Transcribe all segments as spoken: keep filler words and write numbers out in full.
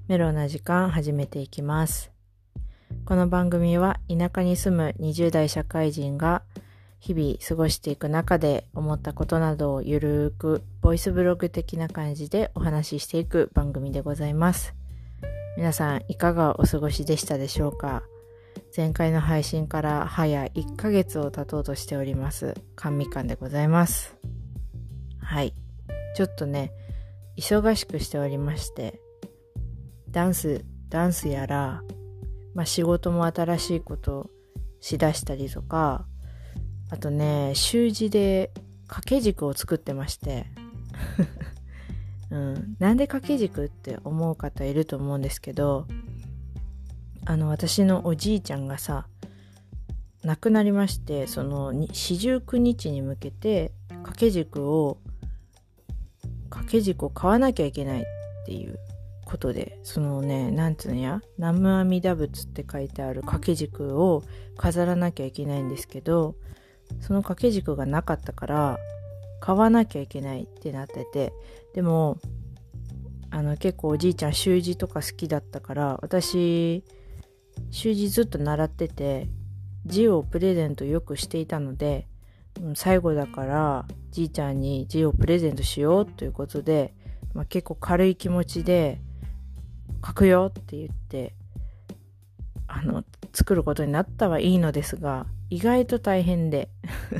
メロウな時間始めていきます。この番組は田舎に住むにじゅう代社会人が日々過ごしていく中で思ったことなどをゆるーくボイスブログ的な感じでお話ししていく番組でございます。皆さんいかがお過ごしでしたでしょうか。前回の配信から早いっかげつを経とうとしております甘味館でございます。はい、ちょっとね忙しくしておりまして、ダンスダンスやら、まあ、仕事も新しいことをしだしたりとか、あとね習字で掛け軸を作ってましてうん、なんで掛け軸って思う方いると思うんですけど、あの私のおじいちゃんがさ亡くなりまして、その四十九日に向けて掛け軸を掛け軸を買わなきゃいけないっていうことで、そのねなんつうのや南無阿弥陀仏って書いてある掛け軸を飾らなきゃいけないんですけど、その掛け軸がなかったから買わなきゃいけないってなってて、でもあの結構おじいちゃん習字とか好きだったから、私習字ずっと習ってて字をプレゼントよくしていたので、うん、最後だからじいちゃんに字をプレゼントしようということで、まあ、結構軽い気持ちで書くよって言ってあの作ることになったはいいのですが、意外と大変で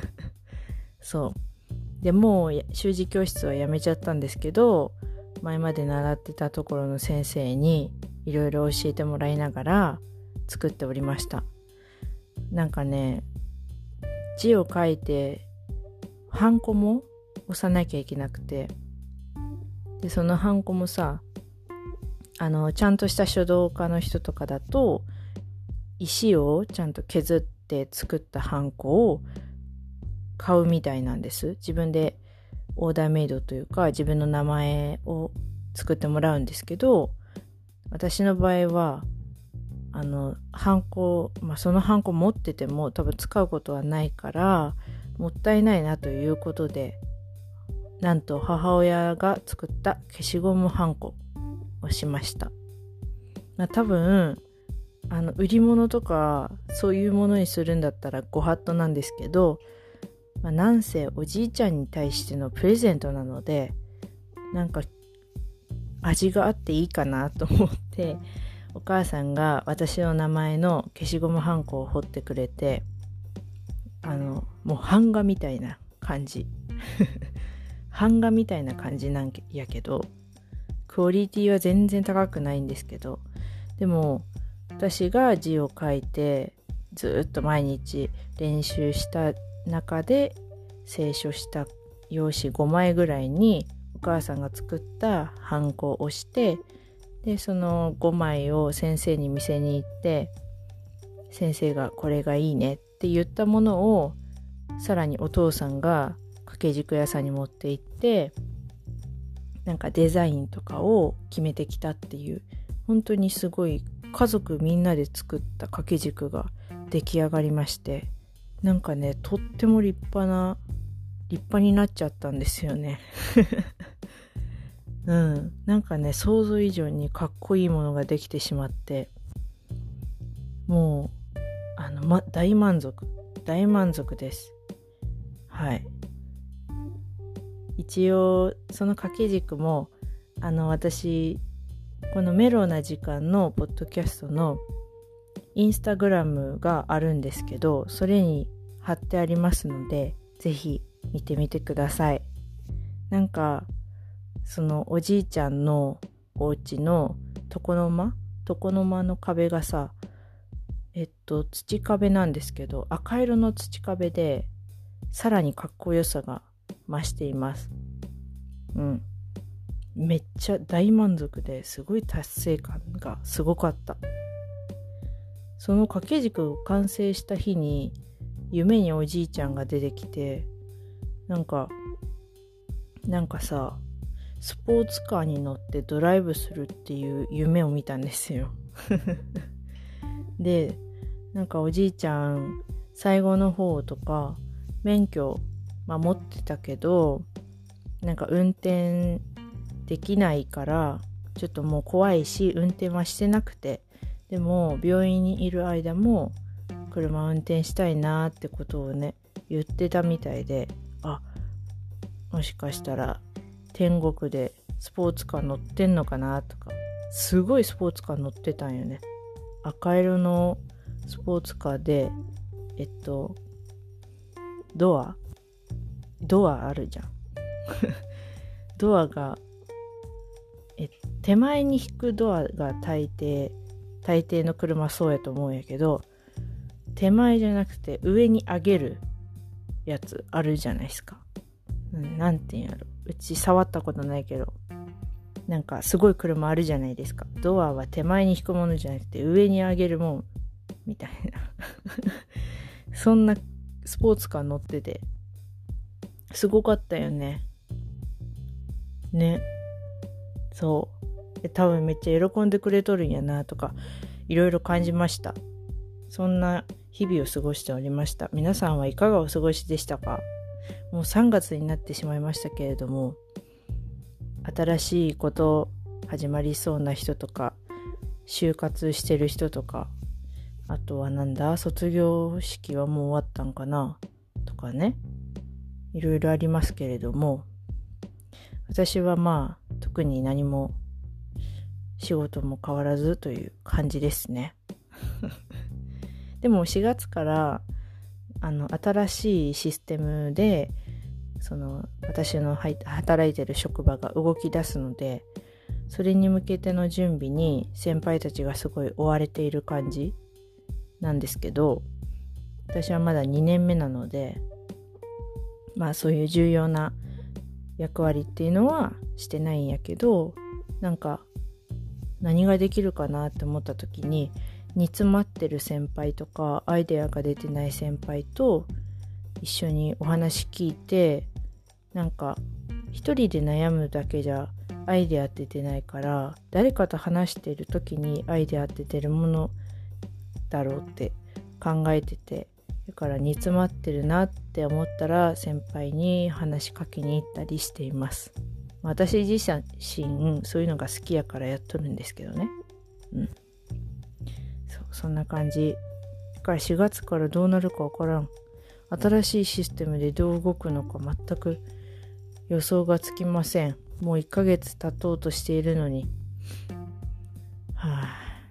そうでもう習字教室はやめちゃったんですけど、前まで習ってたところの先生にいろいろ教えてもらいながら作っておりました。なんかね字を書いてハンコも押さなきゃいけなくて、でそのハンコもさあのちゃんとした書道家の人とかだと石をちゃんと削って作ったハンコを買うみたいなんです。自分でオーダーメイドというか自分の名前を作ってもらうんですけど、私の場合はあのハンコ、まあ、そのハンコ持ってても多分使うことはないからもったいないなということで、なんと母親が作った消しゴムハンコをしました。まあ、多分あの売り物とかそういうものにするんだったらご法度なんですけど、まあ、なんせおじいちゃんに対してのプレゼントなので、なんか味があっていいかなと思ってお母さんが私の名前の消しゴムハンコを彫ってくれて、あのもう版画みたいな感じ版画みたいな感じなんやけど、クオリティは全然高くないんですけど、でも私が字を書いてずっと毎日練習した中で清書した用紙ごまいぐらいにお母さんが作ったハンコを押して、でそのごまいを先生に見せに行って、先生がこれがいいねって言ったものをさらにお父さんが掛け軸屋さんに持って行って、なんかデザインとかを決めてきたっていう、本当にすごい家族みんなで作った掛け軸が出来上がりまして、なんかねとっても立派な立派になっちゃったんですよねうん、なんかね想像以上にかっこいいものができてしまって、もうあの、ま、大満足大満足です。はい、一応その掛け軸もあの私このメロウな時間のポッドキャストのインスタグラムがあるんですけど、それに貼ってありますのでぜひ見てみてください。なんかそのおじいちゃんのお家の床の間床の間の壁がさえっと土壁なんですけど、赤色の土壁でさらにかっこよさが増しています。うんめっちゃ大満足ですごい達成感がすごかった。その掛け軸を完成した日に夢におじいちゃんが出てきて、なんかなんかさスポーツカーに乗ってドライブするっていう夢を見たんですよでなんかおじいちゃん最後の方とか免許、まあ、持ってたけどなんか運転できないからちょっともう怖いし運転はしてなくて、でも病院にいる間も車運転したいなってことをね言ってたみたいで、あ、もしかしたら天国でスポーツカー乗ってんのかなとか、すごいスポーツカー乗ってたんよね。赤色のスポーツカーで、えっとドアドアあるじゃんドアがえ手前に引くドアが大抵大抵の車そうやと思うんやけど、手前じゃなくて上に上げるやつあるじゃないですか。うん、なんていうんやろ、うち触ったことないけど、なんかすごい車あるじゃないですか。ドアは手前に引くものじゃなくて上に上げるもんみたいなそんなスポーツカー乗っててすごかったよね。ね、そうで多分めっちゃ喜んでくれとるんやなとかいろいろ感じました。そんな日々を過ごしておりました。皆さんはいかがお過ごしでしたか？もうさんがつになってしまいましたけれども、新しいこと始まりそうな人とか、就活してる人とか、あとはなんだ、卒業式はもう終わったんかなとかね、いろいろありますけれども、私はまあ特に何も仕事も変わらずという感じですねでもしがつからあの新しいシステムでその私の働いてる職場が動き出すので、それに向けての準備に先輩たちがすごい追われている感じなんですけど、私はまだにねんめなので、まあそういう重要な役割っていうのはしてないんやけど、なんか何ができるかなって思った時に、煮詰まってる先輩とかアイデアが出てない先輩と一緒にお話聞いて、なんか一人で悩むだけじゃアイデアって出ないから、誰かと話している時にアイデアって出るものだろうって考えてて、だから煮詰まってるなって思ったら先輩に話しかけに行ったりしています。私自身そういうのが好きやからやっとるんですけどね。うん。そう、そんな感じ。だからしがつからどうなるかわからん。新しいシステムでどう動くのか全く予想がつきません。もういっかげつ経とうとしているのに。は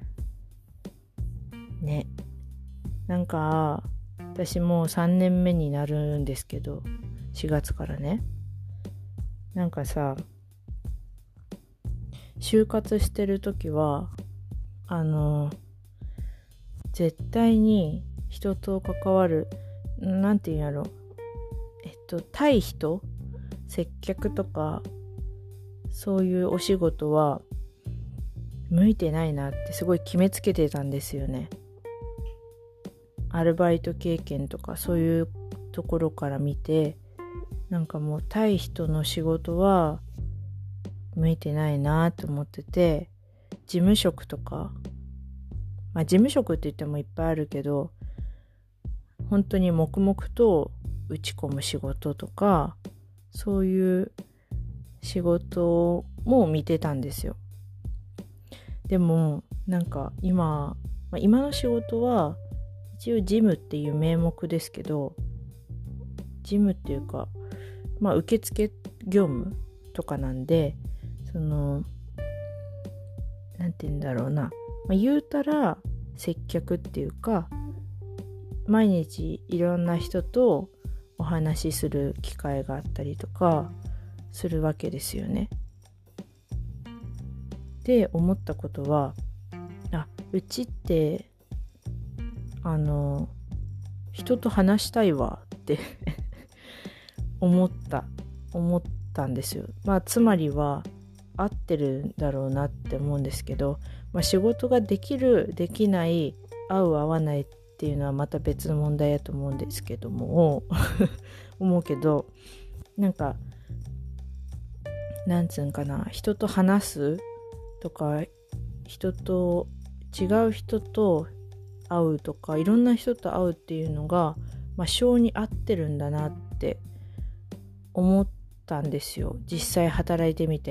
ぁ。ね。なんか、私もうさんねんめになるんですけど、しがつからね。なんかさ、就活してるときは、あの、絶対に人と関わる、なんていうんやろ、えっと、対人、接客とか、そういうお仕事は向いてないなってすごい決めつけてたんですよね。アルバイト経験とかそういうところから見て、なんかもう対人の仕事は向いてないなと思ってて、事務職とか、まあ事務職って言ってもいっぱいあるけど、本当に黙々と打ち込む仕事とか、そういう仕事も見てたんですよ。でもなんか今、まあ、今の仕事は一応事務っていう名目ですけど、事務っていうか、まあ受付業務とかなんで、そのなんて言うんだろうな、まあ、言うたら接客っていうか、毎日いろんな人とお話しする機会があったりとかするわけですよね。で思ったことは、あ、うちってあの人と話したいわって思った思ったんですよ。まあつまりは合ってるんだろうなって思うんですけど、まあ、仕事ができるできない、合う合わないっていうのはまた別の問題やと思うんですけども思うけど、なんかなんつうんかな、人と話すとか、人と違う人と会うとか、いろんな人と会うっていうのが、まあ、性に合ってるんだなって思ったんですよ、実際働いてみて。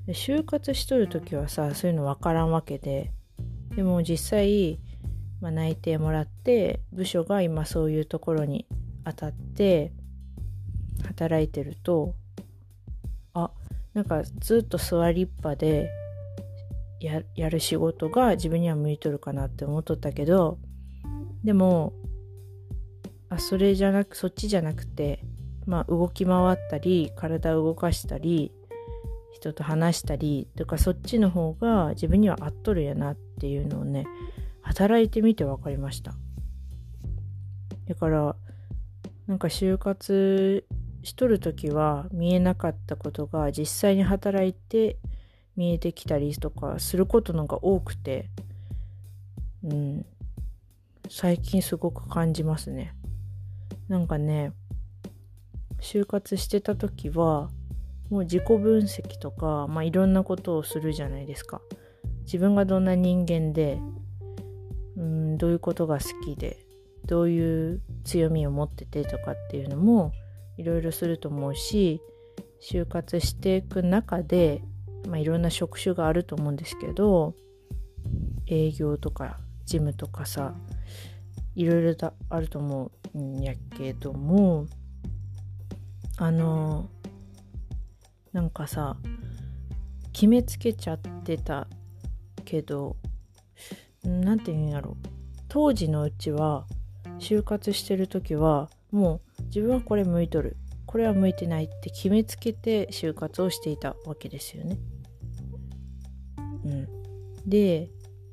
で就活しとるときはさ、そういうの分からんわけで、でも実際、まあ、内定もらって部署が今そういうところに当たって働いてると、あ、なんかずっと座りっぱで や, やる仕事が自分には向いとるかなって思っとったけど、でもあそれじゃなくそっちじゃなくて、まあ動き回ったり体を動かしたり人と話したりとか、そっちの方が自分には合っとるやなっていうのをね、働いてみて分かりました。だからなんか就活しとるときは見えなかったことが実際に働いて見えてきたりとかすることのが多くて、うん、最近すごく感じますね。なんかね、就活してたときはもう自己分析とか、まあ、いろんなことをするじゃないですか。自分がどんな人間で、うん、どういうことが好きで、どういう強みを持っててとかっていうのもいろいろすると思うし、就活していく中で、まあ、いろんな職種があると思うんですけど、営業とか事務とかさ、いろいろあると思うんやけども、あのなんかさ、決めつけちゃってたけど、なんていうんやろ、当時のうちは就活してる時はもう自分はこれ向いとる、これは向いてないって決めつけて就活をしていたわけですよね。うん。で、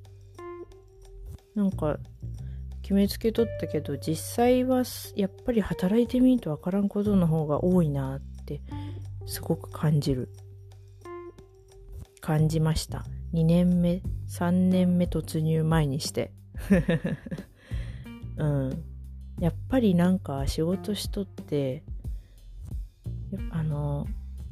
なんか決めつけとったけど、実際はやっぱり働いてみるとわからんことの方が多いなってすごく感じる感じました。にねんめさんねんめ突入前にしてうん、やっぱりなんか仕事しとってあの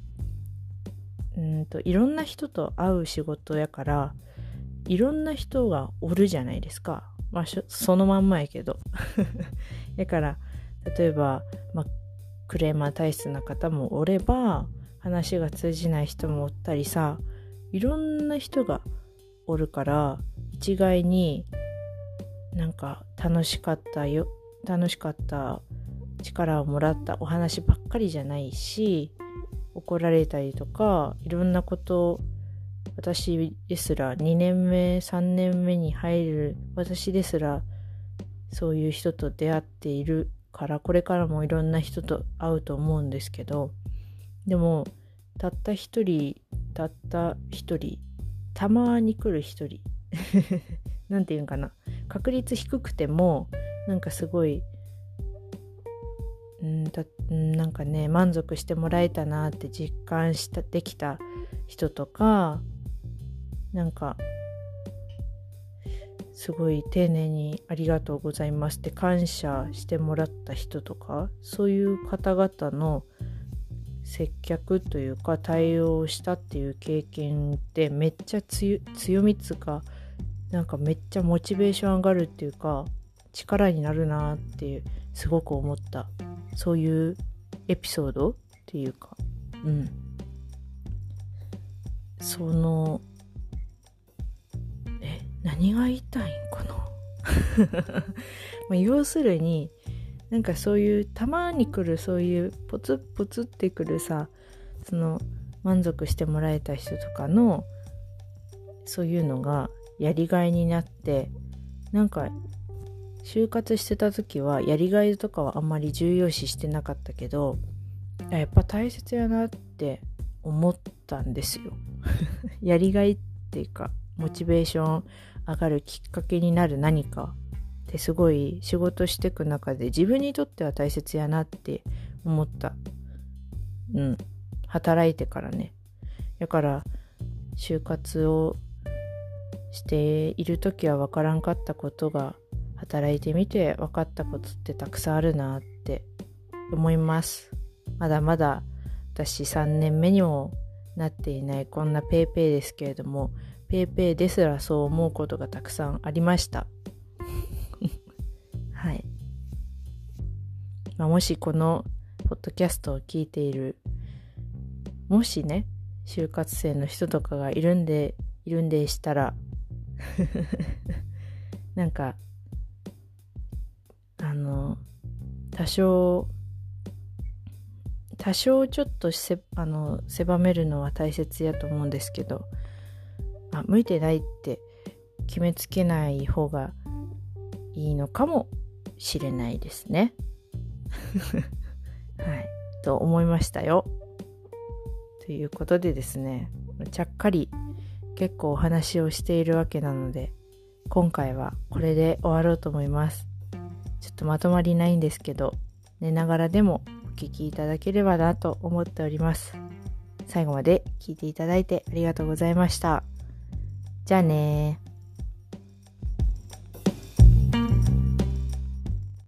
うんといろんな人と会う仕事やから、いろんな人がおるじゃないですか。まあそのまんまやけどだから例えば、まあ、クレーマー体質な方もおれば、話が通じない人もおったりさ、いろんな人がおるから、一概になんか楽しかったよ楽しかった力をもらったお話ばっかりじゃないし、怒られたりとかいろんなことを、私ですらにねんめさんねんめに入る私ですらそういう人と出会っているから、これからもいろんな人と会うと思うんですけど、でもたった一人たった一人たまに来る一人なんていうんかな、確率低くてもなんかすごいんだなんかね、満足してもらえたなって実感したできた人とか、なんかすごい丁寧にありがとうございますって感謝してもらった人とか、そういう方々の接客というか対応をしたっていう経験ってめっちゃ強みつか、なんかめっちゃモチベーション上がるっていうか力になるなってすごく思った、そういうエピソードっていうか、うんそのえ何が言いたいんかなまあ要するになんかそういうたまに来るそういうポツッポツってくるさ、その満足してもらえた人とかのそういうのがやりがいになって、なんか就活してた時はやりがいとかはあんまり重要視してなかったけど、やっぱ大切やなって思ったんですよやりがいっていうかモチベーション上がるきっかけになる何かってすごい仕事していく中で自分にとっては大切やなって思った。うん、働いてからね。だから就活をしている時は分からんかったことが働いてみて分かったことってたくさんあるなって思います。まだまだ私さんねんめにもなっていないこんなペーペーですけれども、ペーペーですらそう思うことがたくさんありましたはい、まあ、もしこのポッドキャストを聞いている、もしね就活生の人とかがいるんでいるんでしたらなんかあの多少多少ちょっとせあの狭めるのは大切やと思うんですけど、あ、向いてないって決めつけない方がいいのかもしれないですねはいと思いましたよ。ということでですね、ちゃっかり結構お話をしているわけなので、今回はこれで終わろうと思います。ちょっとまとまりないんですけど、寝ながらでもお聞きいただければなと思っております。最後まで聞いていただいてありがとうございました。じゃあねー。